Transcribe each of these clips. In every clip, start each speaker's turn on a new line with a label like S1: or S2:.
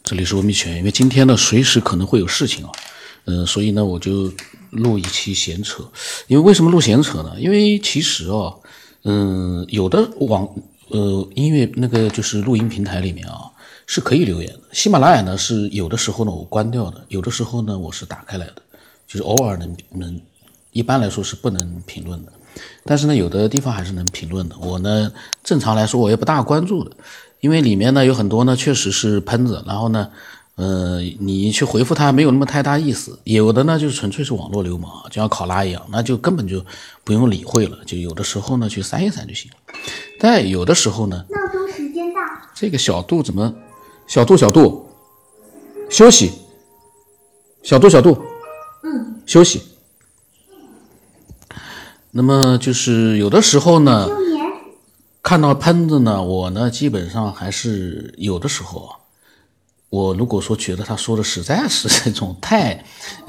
S1: 这里是文明犬，因为今天呢随时可能会有事情啊，所以呢我就录一期闲扯。因为为什么录闲扯呢？因为其实有的音乐那个就是录音平台里面啊是可以留言的。喜马拉雅呢是有的时候呢我关掉的，有的时候呢我是打开来的，就是偶尔能，一般来说是不能评论的。但是呢有的地方还是能评论的。我呢正常来说我也不大关注的。因为里面呢有很多呢确实是喷子，然后呢你去回复他没有那么太大意思，有的呢就是纯粹是网络流氓，就像考拉一样，那就根本就不用理会了，就有的时候呢去删一删就行了。但有的时候呢，
S2: 闹钟时间到，
S1: 这个小度怎么小度休息，小度休息。那么就是有的时候呢看到喷子呢，我呢基本上还是有的时候啊，我如果说觉得他说的实在是这种太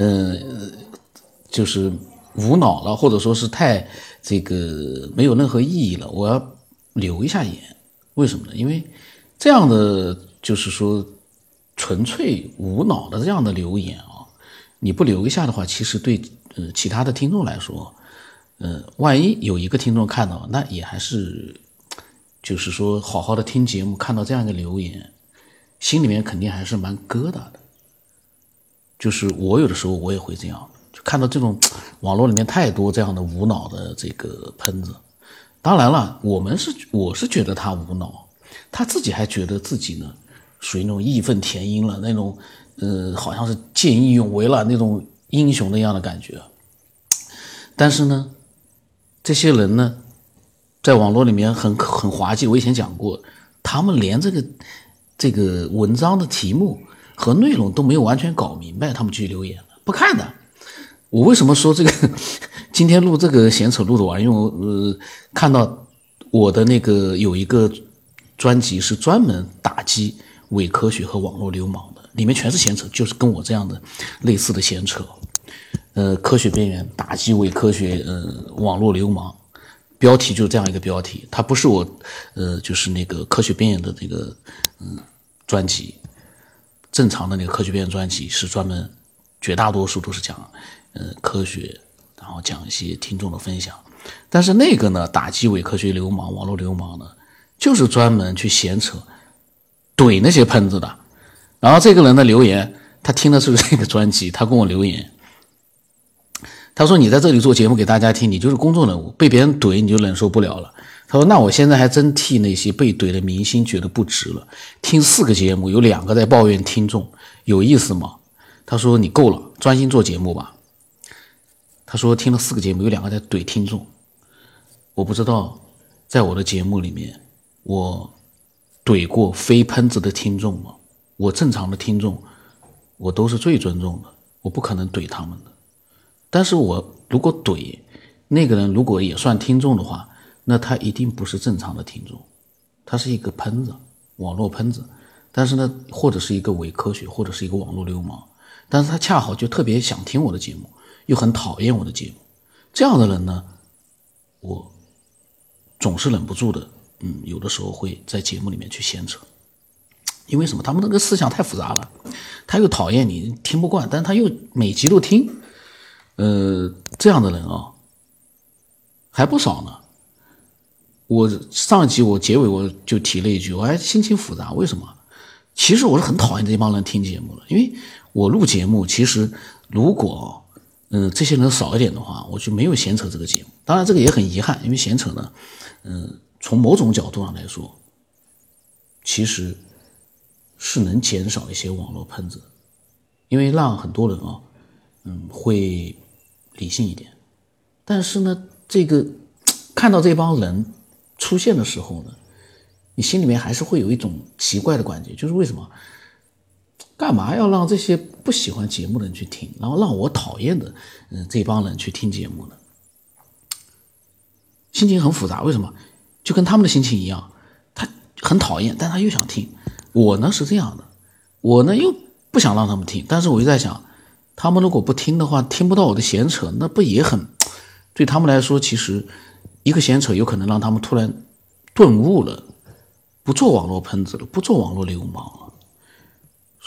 S1: 就是无脑了，或者说是太这个没有任何意义了，我要留一下言。为什么呢？因为这样的就是说纯粹无脑的这样的留言啊，你不留一下的话，其实对其他的听众来说，万一有一个听众看到，那也还是就是说好好的听节目，看到这样一个留言，心里面肯定还是蛮疙瘩的。就是我有的时候我也会这样，就看到这种网络里面太多这样的无脑的这个喷子。当然了，我是觉得他无脑，他自己还觉得自己呢属于那种义愤填膺了，那种好像是见义勇为了那种英雄那样的感觉。但是呢这些人呢在网络里面很滑稽，我以前讲过，他们连这个文章的题目和内容都没有完全搞明白，他们去留言了，不看的。我为什么说这个今天录这个闲扯录的完？因为我看到我的那个有一个专辑是专门打击伪科学和网络流氓的，里面全是闲扯，就是跟我这样的类似的闲扯。科学边缘打击伪科学，网络流氓。标题就是这样一个标题，它不是我就是那个科学边缘的这个专辑，正常的那个科学边缘专辑是专门绝大多数都是讲科学，然后讲一些听众的分享。但是那个呢打击伪科学流氓网络流氓呢，就是专门去闲扯怼那些喷子的。然后这个人的留言，他听的是这个专辑，他跟我留言，他说你在这里做节目给大家听，你就是公众人物，被别人怼你就忍受不了了。他说那我现在还真替那些被怼的明星觉得不值了，听4个节目有2个在抱怨听众，有意思吗？他说你够了，专心做节目吧。他说听了4个节目有2个在怼听众。我不知道在我的节目里面我怼过非喷子的听众吗？我正常的听众我都是最尊重的，我不可能怼他们的。但是我如果怼那个人，如果也算听众的话，那他一定不是正常的听众，他是一个喷子，网络喷子。但是呢，或者是一个伪科学，或者是一个网络流氓，但是他恰好就特别想听我的节目，又很讨厌我的节目。这样的人呢，我总是忍不住的，有的时候会在节目里面去闲扯。因为什么？他们那个思想太复杂了，他又讨厌你，听不惯，但他又每集都听。这样的人啊，还不少呢。我上一集我结尾我就提了一句，我还心情复杂。为什么？其实我是很讨厌这帮人听节目的，因为我录节目，其实如果这些人少一点的话，我就没有闲扯这个节目。当然这个也很遗憾，因为闲扯呢，从某种角度上来说，其实是能减少一些网络喷子，因为让很多人啊，会理性一点。但是呢，这个看到这帮人出现的时候呢，你心里面还是会有一种奇怪的感觉，就是为什么干嘛要让这些不喜欢节目的人去听，然后让我讨厌的这帮人去听节目呢？心情很复杂。为什么？就跟他们的心情一样，他很讨厌，但他又想听。我呢是这样的，我呢又不想让他们听，但是我就在想，他们如果不听的话，听不到我的闲扯，那不也很对他们来说，其实一个闲扯有可能让他们突然顿悟了，不做网络喷子了，不做网络流氓了。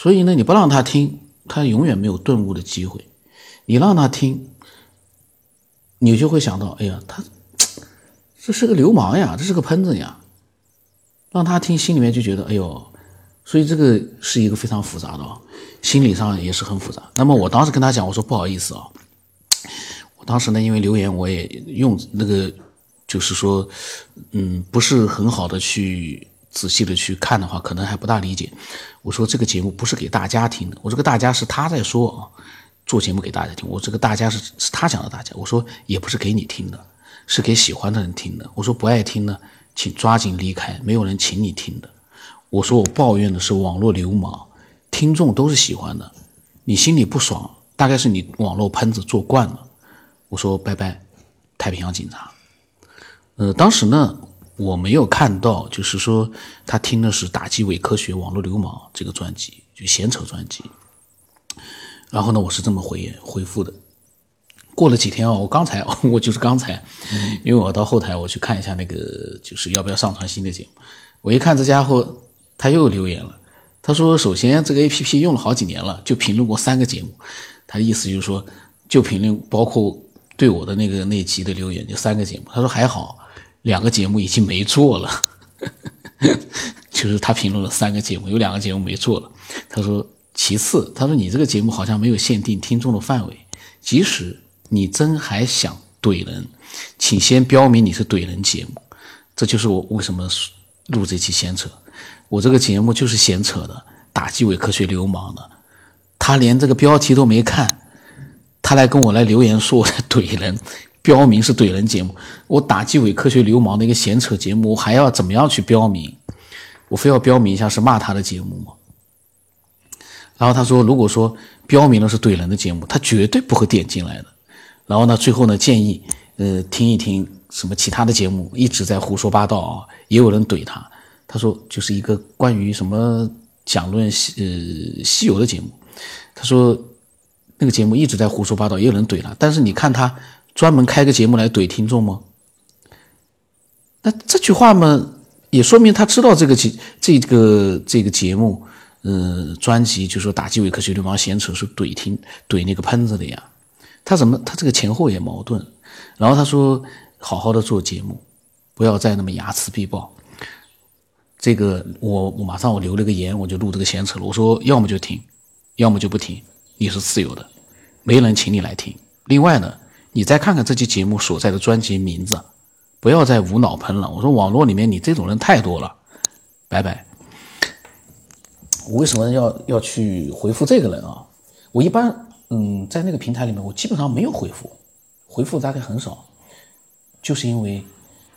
S1: 所以呢，你不让他听，他永远没有顿悟的机会。你让他听，你就会想到，哎呀，他这是个流氓呀，这是个喷子呀。让他听，心里面就觉得，哎呦，所以这个是一个非常复杂的心理上也是很复杂。那么我当时跟他讲，我说不好意思我当时呢，因为留言我也用那个，就是说，不是很好的去仔细的去看的话，可能还不大理解。我说这个节目不是给大家听的，我这个大家是他在说做节目给大家听，我这个大家是他讲的大家，我说也不是给你听的，是给喜欢的人听的。我说不爱听呢，请抓紧离开，没有人请你听的。我说我抱怨的是网络流氓，听众都是喜欢的，你心里不爽，大概是你网络喷子做惯了。我说拜拜，太平洋警察。当时呢，我没有看到，就是说他听的是打击伪科学网络流氓这个专辑，就闲扯专辑。然后呢，我是这么回复的。过了几天我就是刚才，因为我到后台我去看一下那个，就是要不要上传新的节目。我一看这家伙他又留言了，他说首先这个 APP 用了好几年了，就评论过3个节目。他的意思就是说，就评论包括对我的那集的留言就3个节目。他说还好2个节目已经没做了就是他评论了3个节目，有2个节目没做了。他说其次，他说你这个节目好像没有限定听众的范围，即使你真还想怼人，请先标明你是怼人节目。这就是我为什么录这期闲扯，我这个节目就是闲扯的，打击伪科学流氓的。他连这个标题都没看，他来跟我来留言说我在怼人，标明是怼人节目。我打击伪科学流氓的一个闲扯节目，我还要怎么样去标明？我非要标明一下是骂他的节目吗？然后他说如果说标明了是怼人的节目，他绝对不会点进来的。然后呢，最后呢建议听一听什么其他的节目一直在胡说八道也有人怼他。他说就是一个关于什么讲论西游的节目，他说那个节目一直在胡说八道，也有人怼他，但是你看他专门开个节目来怼听众吗？那这句话嘛，也说明他知道这个节目专辑就是说打击伪科学流氓闲扯是怼那个喷子的呀。他这个前后也矛盾。然后他说好好的做节目，不要再那么睚眦必报。这个我马上留了个言，我就录这个闲扯了。我说要么就听，要么就不听，你是自由的，没人请你来听。另外呢，你再看看这期节目所在的专辑名字，不要再无脑喷了。我说网络里面你这种人太多了，拜拜。我为什么要去回复这个人啊？我一般在那个平台里面我基本上没有回复大概很少，就是因为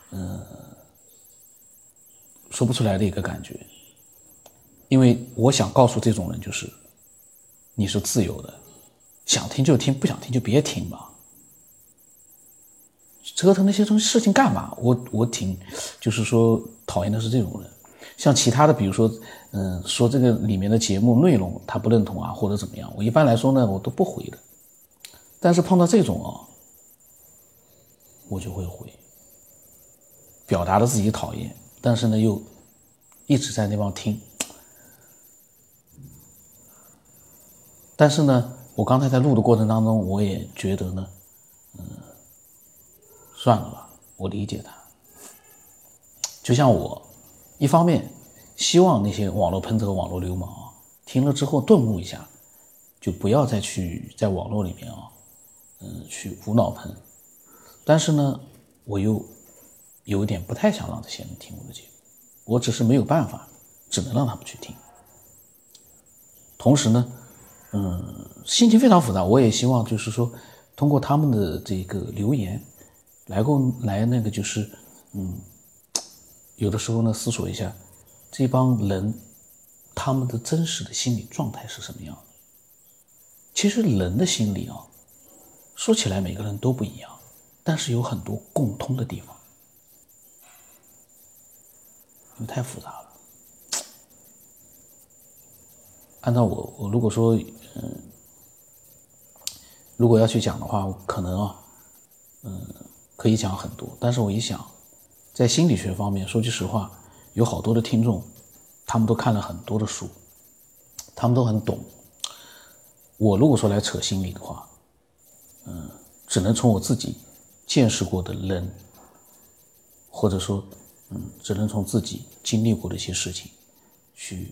S1: 说不出来的一个感觉。因为我想告诉这种人，就是你是自由的，想听就听，不想听就别听吧。折腾那些东西事情干嘛？我挺就是说讨厌的是这种人。像其他的比如说说这个里面的节目内容他不认同或者怎么样，我一般来说呢我都不回的。但是碰到这种我就会回，表达了自己讨厌，但是呢又一直在那帮听。但是呢我刚才在录的过程当中，我也觉得呢算了吧，我理解他。就像我一方面希望那些网络喷子和网络流氓听了之后顿悟一下，就不要再去在网络里面去无脑喷。但是呢我又有点不太想让这些人听我的节目，我只是没有办法，只能让他们去听。同时呢心情非常复杂，我也希望就是说通过他们的这个留言来那个就是有的时候呢思索一下这帮人他们的真实的心理状态是什么样的。其实人的心理说起来每个人都不一样，但是有很多共通的地方，因为太复杂了。按照我如果说如果要去讲的话，可能可以讲很多。但是我一想，在心理学方面说句实话，有好多的听众他们都看了很多的书， 他们都很懂。我如果说来扯心理的话，只能从我自己见识过的人，或者说，只能从自己经历过的一些事情去，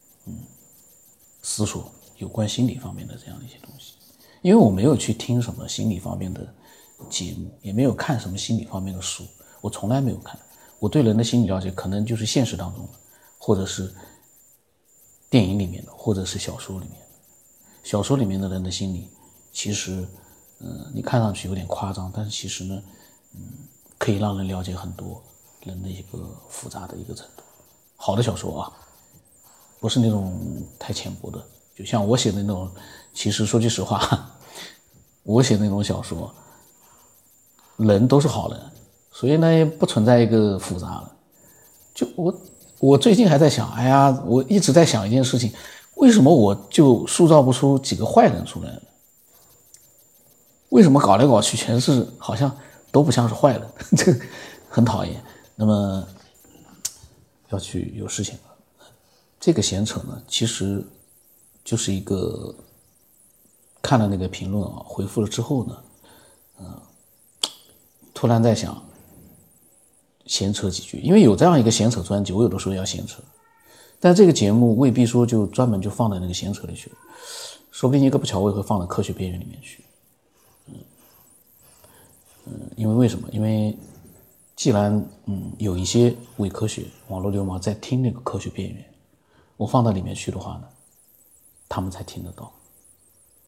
S1: 思索有关心理方面的这样的一些东西。因为我没有去听什么心理方面的节目，也没有看什么心理方面的书，我从来没有看。我对人的心理了解可能就是现实当中的，或者是电影里面的，或者是小说里面的。小说里面的人的心理其实你看上去有点夸张，但是其实呢可以让人了解很多人的一个复杂的一个程度。好的小说啊，不是那种太浅薄的，就像我写的那种，其实说句实话，我写的那种小说人都是好人，所以呢也不存在一个复杂的。就我最近还在想，哎呀，我一直在想一件事情，为什么我就塑造不出几个坏人出来呢？为什么搞来搞去全是好像都不像是坏人，这个很讨厌。那么要去有事情了。这个闲扯呢，其实就是一个看了那个评论啊，回复了之后呢，突然在想闲扯几句，因为有这样一个闲扯专辑，我有的时候要闲扯，但这个节目未必说就专门就放在那个闲扯里去，说不定一个不巧我也会放到科学边缘里面去。因为为什么？因为既然有一些伪科学网络流氓在听那个科学边缘，我放到里面去的话呢，他们才听得到。